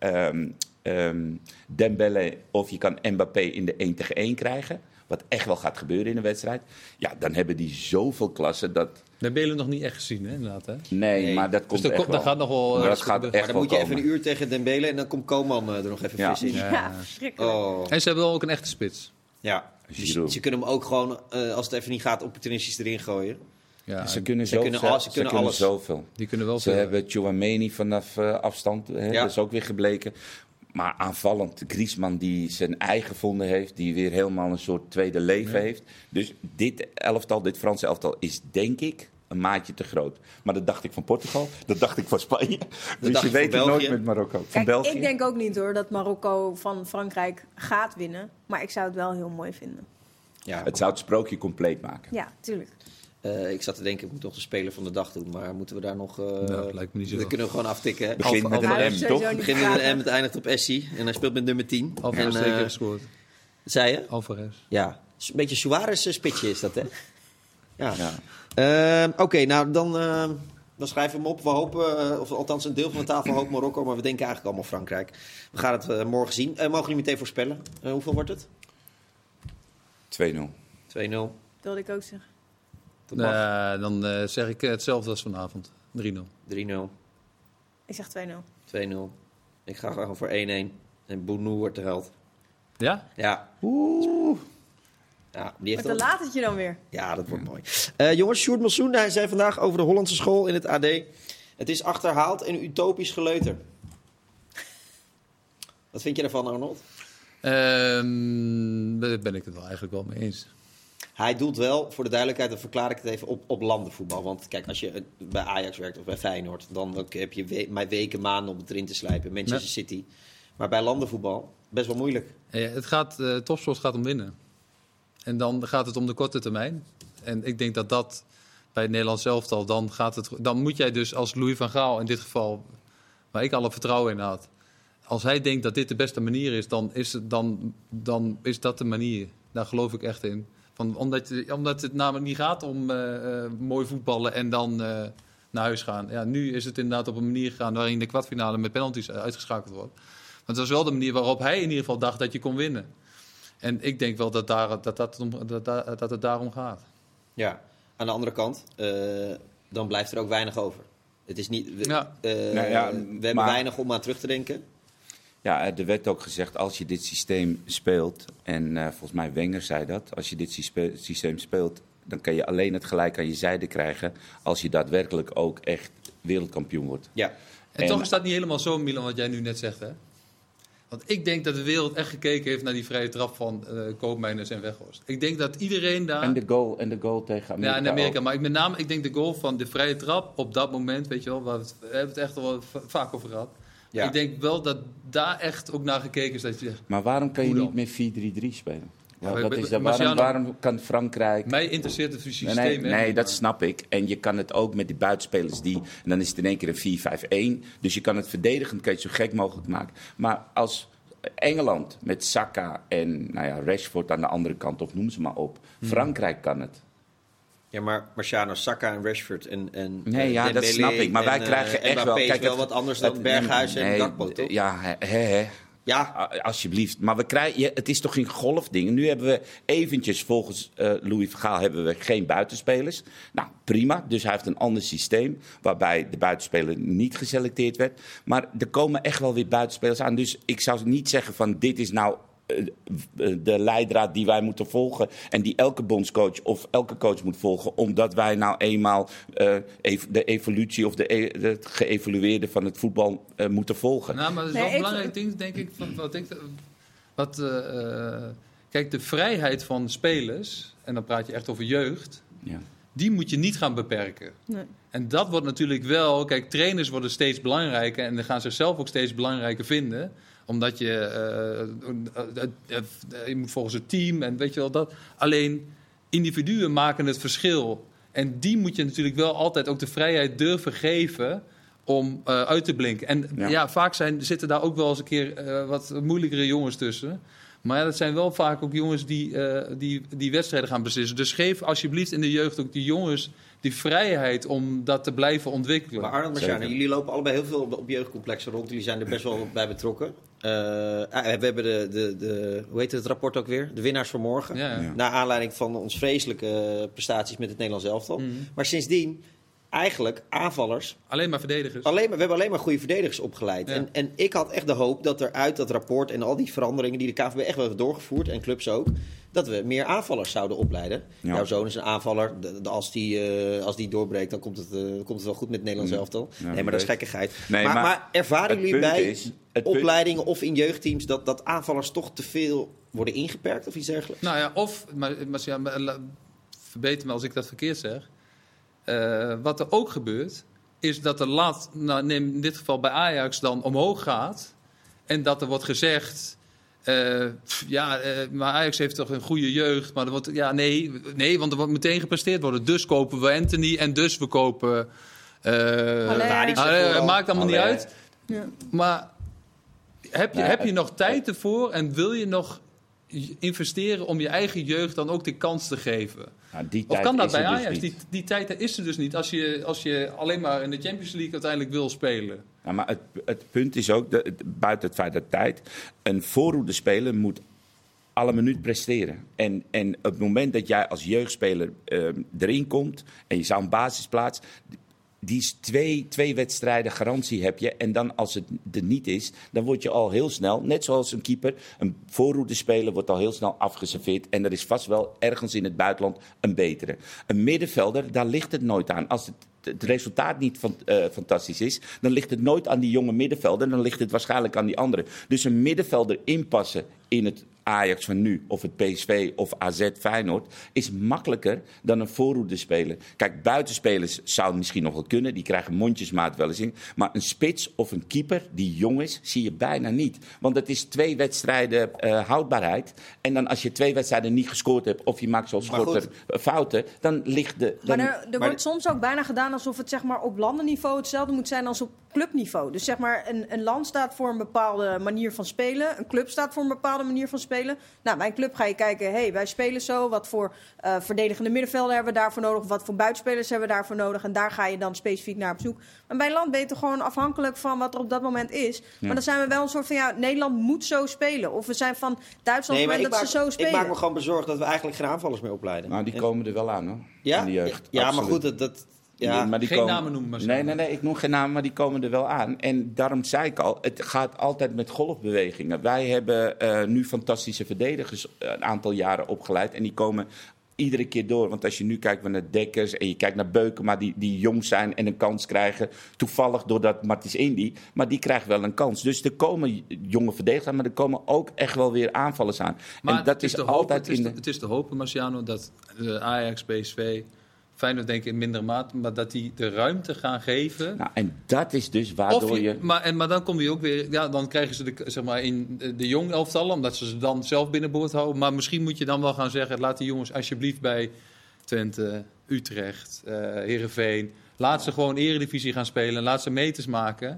Dembélé of je kan Mbappé in de 1-tegen-1 krijgen... wat echt wel gaat gebeuren in een wedstrijd... ja, dan hebben die zoveel klasse dat... Dembélé nog niet echt gezien, hè, inderdaad. Hè? Nee, maar dat komt dus echt wel. Dat gaat nog wel... Maar dan moet je even een uur tegen Dembélé... en dan komt Koeman er nog even vis in. Ja, verschrikkelijk. Oh. En ze hebben wel ook een echte spits. Ja, dus ze kunnen hem ook gewoon... als het even niet gaat, opportunistisch erin gooien. Ja, ze kunnen zoveel. Die kunnen wel ze hebben Tchouaméni vanaf afstand. Hè, dat is ook weer gebleken. Maar aanvallend, Griezmann die zijn ei gevonden heeft. Die weer helemaal een soort tweede leven heeft. Dus dit Franse elftal is denk ik een maatje te groot. Maar dat dacht ik van Portugal. Dat dacht ik van Spanje. Dus je weet het nooit met Marokko. Van België. Ik denk ook niet hoor dat Marokko van Frankrijk gaat winnen. Maar ik zou het wel heel mooi vinden. Ja, het zou het sprookje compleet maken. Ja, tuurlijk. Ik zat te denken, ik moet nog de speler van de dag doen. Maar moeten we daar nog... dat lijkt me niet zo. Dat kunnen we gewoon aftikken. Het begint met een M, toch? Het begint met een M, het eindigt op Essie. En hij speelt met nummer 10. Alvarez zeker gescoord. Wat zei je? Alvarez. Ja, een beetje Suarez spitsje is dat, hè? Ja. Oké, nou dan schrijven we hem op. We hopen, of althans een deel van de tafel hoopt Marokko. Maar we denken eigenlijk allemaal Frankrijk. We gaan het morgen zien. Mogen jullie meteen voorspellen? Hoeveel wordt het? 2-0. 2-0. Dat wilde ik ook zeggen. Dan zeg ik hetzelfde als vanavond. 3-0. 3-0. Ik zeg 2-0. 2-0. Ik ga gewoon voor 1-1. En Bounou wordt de held. Ja? Ja. Ja, die heeft met een latertje dan weer. Ja, dat wordt mooi. Jongens, Sjoerd Milsoen, hij zei vandaag over de Hollandse school in het AD. Het is achterhaald en utopisch geleuter. Wat vind je daarvan, Arnold? Daar ben ik het wel eigenlijk wel mee eens. Hij doelt wel, voor de duidelijkheid, dan verklaar ik het even, op landenvoetbal. Want kijk, als je bij Ajax werkt of bij Feyenoord... dan heb je weken, maanden om het erin te slijpen. Manchester City. Maar bij landenvoetbal, best wel moeilijk. Topsport gaat om winnen. En dan gaat het om de korte termijn. En ik denk dat bij het Nederlands elftal... dan moet jij dus als Louis van Gaal in dit geval... waar ik alle vertrouwen in had... als hij denkt dat dit de beste manier is... dan is dat de manier. Daar geloof ik echt in. Omdat het namelijk niet gaat om mooi voetballen en dan naar huis gaan. Ja, nu is het inderdaad op een manier gegaan waarin de kwartfinale met penalties uitgeschakeld wordt. Maar het was wel de manier waarop hij in ieder geval dacht dat je kon winnen. En ik denk wel dat het daarom gaat. Ja, aan de andere kant, dan blijft er ook weinig over. Het is niet, we hebben weinig om aan terug te denken. Ja, er werd ook gezegd, als je dit systeem speelt... en volgens mij Wenger zei dat... als je dit systeem speelt... dan kan je alleen het gelijk aan je zijde krijgen... als je daadwerkelijk ook echt wereldkampioen wordt. Ja. En toch is dat niet helemaal zo, Milan, wat jij nu net zegt, hè? Want ik denk dat de wereld echt gekeken heeft naar die vrije trap van Koopmeiners en Weghorst. Ik denk dat iedereen daar... En de goal tegen Amerika. Ja, in Amerika. Ook. Maar met name, ik denk de goal van de vrije trap op dat moment, weet je wel... we hebben het echt al wel vaak over gehad... Ja. Ik denk wel dat daar echt ook naar gekeken is. Dat je zegt, maar waarom kan je niet meer 4-3-3 spelen? Waarom kan Frankrijk... Mij interesseert het systeem. Nee, dat snap ik. En je kan het ook met die buitenspelers en dan is het in één keer een 4-5-1. Dus je kan het verdedigend zo gek mogelijk maken. Maar als Engeland met Saka en Rashford aan de andere kant, of noem ze maar op. Frankrijk kan het. Ja, maar Marciano, Saka en Rashford en nee, dat snap ik. Maar wij krijgen echt wel... Kijk, wel wat anders dan Berghuis en Gakpo, toch? Ja, Ja, alsjeblieft. Maar het is toch geen golfding. Nu hebben we eventjes, volgens Louis van Gaal, hebben we geen buitenspelers. Nou, prima. Dus hij heeft een ander systeem, waarbij de buitenspeler niet geselecteerd werd. Maar er komen echt wel weer buitenspelers aan. Dus ik zou niet zeggen van dit is nou de leidraad die wij moeten volgen en die elke bondscoach of elke coach moet volgen, omdat wij nou eenmaal de evolutie of het geëvolueerde van het voetbal moeten volgen. Nou, maar dat is wel een belangrijk ding, denk ik. Kijk, de vrijheid van spelers, en dan praat je echt over jeugd, die moet je niet gaan beperken. Nee. En dat wordt natuurlijk wel... Kijk, trainers worden steeds belangrijker en dan gaan ze zelf ook steeds belangrijker vinden, omdat je moet volgens het team en weet je wel dat. Alleen individuen maken het verschil. En die moet je natuurlijk wel altijd ook de vrijheid durven geven om uit te blinken. En vaak zitten daar ook wel eens een keer wat moeilijkere jongens tussen. Maar dat zijn wel vaak ook jongens die wedstrijden gaan beslissen. Dus geef alsjeblieft in de jeugd ook die jongens die vrijheid om dat te blijven ontwikkelen. Maar Arnold, Marciano, jullie lopen allebei heel veel op jeugdcomplexen rond. Jullie zijn er best wel bij betrokken. We hebben hoe heet het rapport ook weer? De winnaars van morgen. Ja. Naar aanleiding van ons vreselijke prestaties met het Nederlands elftal. Mm-hmm. Maar sindsdien eigenlijk aanvallers. Alleen maar verdedigers. We hebben alleen maar goede verdedigers opgeleid. Ja. En ik had echt de hoop dat er uit dat rapport en al die veranderingen die de KNVB echt wel heeft doorgevoerd, en clubs ook, dat we meer aanvallers zouden opleiden. Ja. Jouw zoon is een aanvaller. Als die doorbreekt, dan komt het wel goed met het Nederlands elftal. Ja, nee, maar dat is gekkigheid. Nee, maar ervaren jullie bij opleidingen of in jeugdteams dat aanvallers toch te veel worden ingeperkt of iets dergelijks? Nou ja, verbeter me als ik dat verkeerd zeg. Wat er ook gebeurt, is dat de in dit geval bij Ajax dan omhoog gaat. En dat er wordt gezegd, maar Ajax heeft toch een goede jeugd. Maar er wordt, want er wordt meteen gepresteerd worden. Dus kopen we Anthony en dus we kopen... maakt allemaal niet uit. Ja. Maar heb je nog tijd ervoor en wil je nog investeren om je eigen jeugd dan ook de kans te geven? Of kan dat bij Ajax? Dus die tijd is er dus niet als je alleen maar in de Champions League uiteindelijk wil spelen. Ja, maar het punt is ook, buiten het feit dat tijd, een voorhoede speler moet alle minuut presteren. En op het moment dat jij als jeugdspeler erin komt en je zou een basisplaats, die is twee wedstrijden garantie heb je. En dan als het er niet is, dan word je al heel snel, net zoals een keeper, een voorhoedespeler wordt al heel snel afgeserveerd. En er is vast wel ergens in het buitenland een betere. Een middenvelder, daar ligt het nooit aan. Als het resultaat niet fantastisch is, dan ligt het nooit aan die jonge middenvelder. Dan ligt het waarschijnlijk aan die andere. Dus een middenvelder inpassen in het Ajax van nu, of het PSV of AZ Feyenoord, is makkelijker dan een voorhoedespeler. Kijk, buitenspelers zouden misschien nog wel kunnen. Die krijgen mondjesmaat wel eens in. Maar een spits of een keeper die jong is, zie je bijna niet. Want het is 2 wedstrijden houdbaarheid. En dan als je 2 wedstrijden niet gescoord hebt, of je maakt zoals Schotter fouten, dan ligt de... Maar er wordt soms ook bijna gedaan alsof het zeg maar op landenniveau hetzelfde moet zijn als op clubniveau. Dus zeg maar een land staat voor een bepaalde manier van spelen. Een club staat voor een bepaalde manier van spelen. Nou, bij een club ga je kijken, wij spelen zo. Wat voor verdedigende middenvelden hebben we daarvoor nodig? Wat voor buitenspelers hebben we daarvoor nodig? En daar ga je dan specifiek naar op zoek. Maar bij een land ben je toch gewoon afhankelijk van wat er op dat moment is. Ja. Maar dan zijn we wel een soort van, Nederland moet zo spelen. Of we zijn van Duitsland op het moment dat ze zo spelen. Ik maak me gewoon bezorgd dat we eigenlijk geen aanvallers meer opleiden. Nou, die komen er wel aan, hoor. Ja? In de jeugd. Ja, maar goed, dat ja. Maar geen namen noemen, maar Nee, ik noem geen namen, maar die komen er wel aan. En daarom zei ik al, het gaat altijd met golfbewegingen. Wij hebben nu fantastische verdedigers een aantal jaren opgeleid. En die komen iedere keer door. Want als je nu kijkt naar Dekkers en je kijkt naar Beukema, die jong zijn en een kans krijgen. Toevallig doordat Martins Indy, maar die krijgt wel een kans. Dus er komen jonge verdedigers aan, maar er komen ook echt wel weer aanvallers aan. Maar en dat is altijd het is te hopen, Marciano, dat Ajax, PSV, Feyenoord denk ik in mindere mate, maar dat die de ruimte gaan geven. Nou, en dat is dus waardoor Maar dan kom je ook weer, dan krijgen ze in de jong elftallen, omdat ze dan zelf binnenboord houden. Maar misschien moet je dan wel gaan zeggen, laat die jongens alsjeblieft bij Twente, Utrecht, Heerenveen, laat ze gewoon Eredivisie gaan spelen en laat ze meters maken.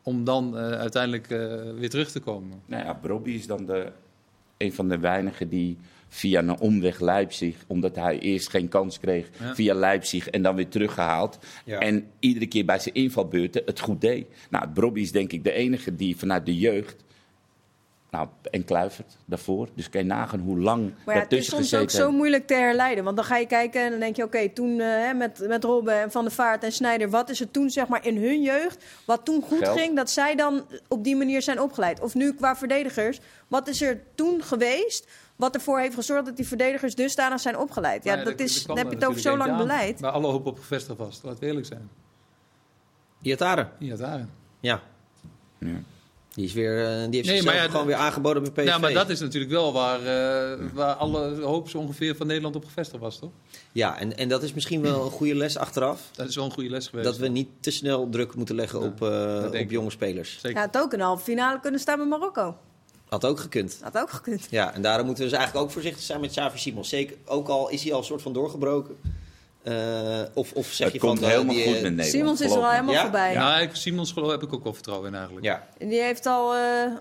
om dan uiteindelijk weer terug te komen. Nou ja, Brobby is dan een van de weinigen die via een omweg Leipzig, omdat hij eerst geen kans kreeg, via Leipzig en dan weer teruggehaald. Ja. En iedere keer bij zijn invalbeurten het goed deed. Nou, Brobby is denk ik de enige die vanuit de jeugd, en Kluivert daarvoor. Dus kan je nagaan hoe lang maar daartussen gezeten. Het is soms ook zo moeilijk te herleiden. Want dan ga je kijken en dan denk je, oké, toen met Robben en Van der Vaart en Sneijder, wat is er toen zeg maar in hun jeugd, wat toen goed ging, dat zij dan op die manier zijn opgeleid? Of nu qua verdedigers, wat is er toen geweest wat ervoor heeft gezorgd dat die verdedigers dusdanig zijn opgeleid? Ja, dan heb je het over zo lang beleid. Waar alle hoop op gevestigd was, laten we eerlijk zijn. Iataren. Ja. Die heeft gewoon weer aangeboden bij PSV. Ja, maar dat is natuurlijk wel waar alle hoop zo ongeveer van Nederland op gevestigd was, toch? Ja, en dat is misschien wel een goede les achteraf. Dat is wel een goede les geweest. Dat we niet te snel druk moeten leggen op jonge spelers. Zeker. Ja, het ook een halve finale kunnen staan met Marokko. Had ook gekund. Ja, en daarom moeten we dus eigenlijk ook voorzichtig zijn met Xavi Simons. Zeker, ook al is hij al een soort van doorgebroken. Of zeg het je komt van helemaal goed met Nederland. Simons is er al helemaal voorbij. Ja, Simons heb ik ook wel vertrouwen in eigenlijk. Ja. En die heeft al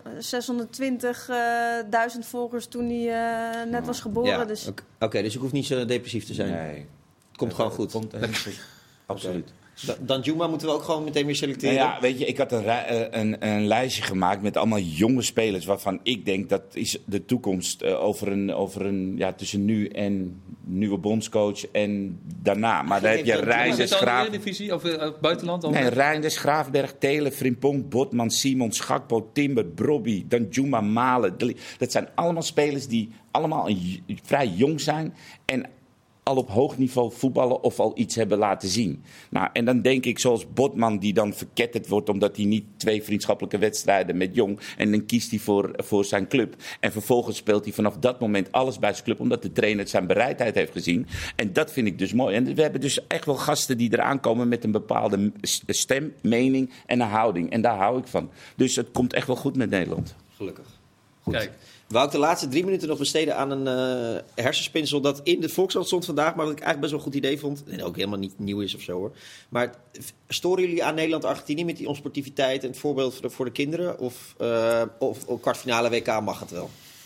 620.000 volgers toen hij net was geboren. Ja. Dus... Oké, dus ik hoef niet zo depressief te zijn. Nee. Het komt gewoon goed. Komt helemaal goed. Absoluut. Danjuma moeten we ook gewoon meteen weer selecteren. Nou ja, weet je, ik had een lijstje gemaakt met allemaal jonge spelers waarvan ik denk dat is de toekomst tussen nu en nieuwe bondscoach en daarna. Maar daar heb je Reinders, Divisie of buitenland? Nee, Reinders, Graafberg, Telen, Frimpong, Botman, Simons, Gakpo, Timber, Brobby, Danjuma, Malen. Dat zijn allemaal spelers die allemaal vrij jong zijn en al op hoog niveau voetballen of al iets hebben laten zien. Nou, en dan denk ik zoals Botman die dan verketterd wordt omdat hij niet 2 vriendschappelijke wedstrijden met Jong en dan kiest hij voor zijn club. En vervolgens speelt hij vanaf dat moment alles bij zijn club omdat de trainer zijn bereidheid heeft gezien. En dat vind ik dus mooi. En we hebben dus echt wel gasten die eraan komen met een bepaalde stem, mening en een houding. En daar hou ik van. Dus het komt echt wel goed met Nederland. Gelukkig. Goed. Kijk. Wou ik de laatste 3 minuten nog besteden aan een hersenspinsel dat in de Volkskrant stond vandaag, maar wat ik eigenlijk best wel een goed idee vond. En ook helemaal niet nieuw is of zo hoor. Maar storen jullie aan Nederland-Argentinië met die onsportiviteit en het voorbeeld voor de kinderen? Of kwartfinale WK mag het wel?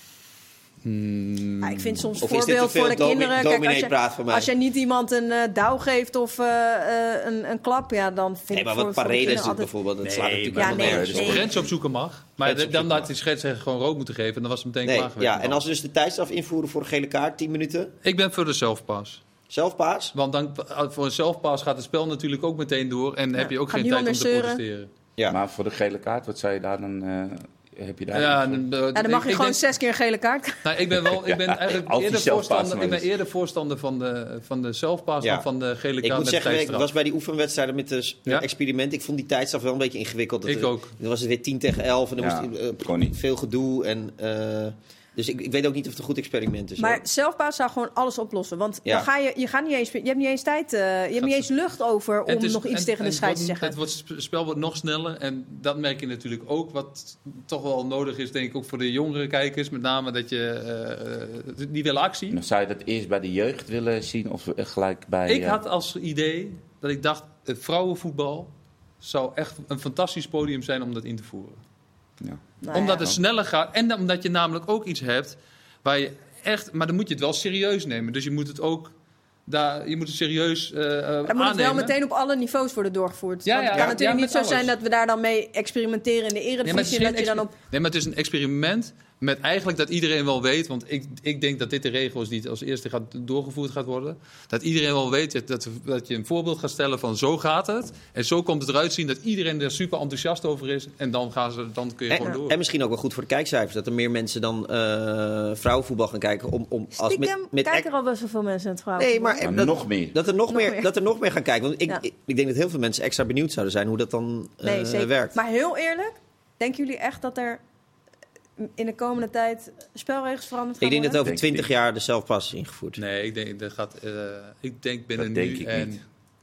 Ik vind soms een voorbeeld voor de kinderen. Kijk, als je niet iemand een douw geeft of een klap, ja, dan vind ik maar wat Paredes doet bijvoorbeeld, dat slaat natuurlijk nergens. Als je grens opzoeken mag, maar dan had die scheidsrechter gewoon rood moeten geven en dan was het meteen klaar geweest. Ja, en als ze dus de tijdstraf invoeren voor een gele kaart, 10 minuten? Ik ben voor de zelfpas. Zelfpaas? Want dan, voor een zelfpaas gaat het spel natuurlijk ook meteen door en heb je ook geen tijd om te protesteren. Ja. Maar voor de gele kaart, wat zou je daar dan... Heb je daar dan mag je gewoon 6 keer een gele kaart. Nou, ik ben eigenlijk eerder voorstander van de zelfpaas dan van de gele kaart. Ik moet zeggen, ik was bij die oefenwedstrijden met de experiment. Ik vond die tijdstraf wel een beetje ingewikkeld. Ik ook. Dan was het weer 10 tegen 11 en dan moest veel gedoe. Dus ik weet ook niet of het een goed experiment is. Maar zelfpaas zou gewoon alles oplossen. Want dan je hebt niet eens tijd, je hebt niet eens lucht over om nog iets tegen de scheids te zeggen. Het spel wordt nog sneller en dat merk je natuurlijk ook. Wat toch wel nodig is, denk ik, ook voor de jongere kijkers. Met name dat je die willen actie. Dan zou je dat eerst bij de jeugd willen zien of gelijk bij... Ik had als idee dat ik dacht, het vrouwenvoetbal zou echt een fantastisch podium zijn om dat in te voeren. Ja. Omdat het sneller gaat en omdat je namelijk ook iets hebt waar je echt... Maar dan moet je het wel serieus nemen. Dus je moet het ook... je moet het serieus aannemen. Dan moet het wel meteen op alle niveaus worden doorgevoerd. Want het kan natuurlijk niet zo zijn dat we daar dan mee experimenteren in de Eredivisie. Nee, maar het is een experiment met eigenlijk dat iedereen wel weet... Want ik denk dat dit de regel is die als eerste doorgevoerd gaat worden. Dat iedereen wel weet dat je een voorbeeld gaat stellen van zo gaat het. En zo komt het eruit zien dat iedereen er super enthousiast over is. En dan kun je gewoon door. En misschien ook wel goed voor de kijkcijfers. Dat er meer mensen dan vrouwenvoetbal gaan kijken. Kijken er al best wel veel mensen in het vrouwenvoetbal. Nee, maar nog meer. Dat er nog meer gaan kijken. Want ik denk dat heel veel mensen extra benieuwd zouden zijn hoe dat dan werkt. Maar heel eerlijk, denken jullie echt dat er in de komende tijd spelregels veranderd gaan worden? Ik denk dat over 20 jaar de zelfpas is ingevoerd. Nee, ik denk binnen nu en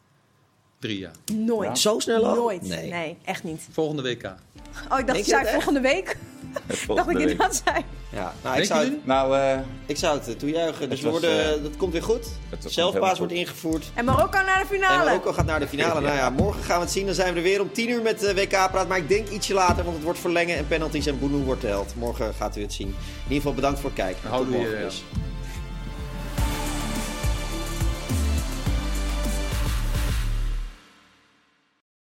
3 jaar. Nooit. Ja. Zo snel al? Nooit. Nee, echt niet. Volgende WK. Oh, ik dacht dat zei volgende week. Dacht ik dat zei. Ja, ik zou het toejuichen. Dus dat komt weer goed. Zelfpaas wordt ingevoerd. En Marokko naar de finale. En Marokko gaat naar de finale. Nou ja, morgen gaan we het zien. Dan zijn we er weer om 10:00 met WK-praat. Maar ik denk ietsje later, want het wordt verlengen en penalties en Bounou wordt de held. Morgen gaat u het zien. In ieder geval bedankt voor het kijken. Tot morgen dus.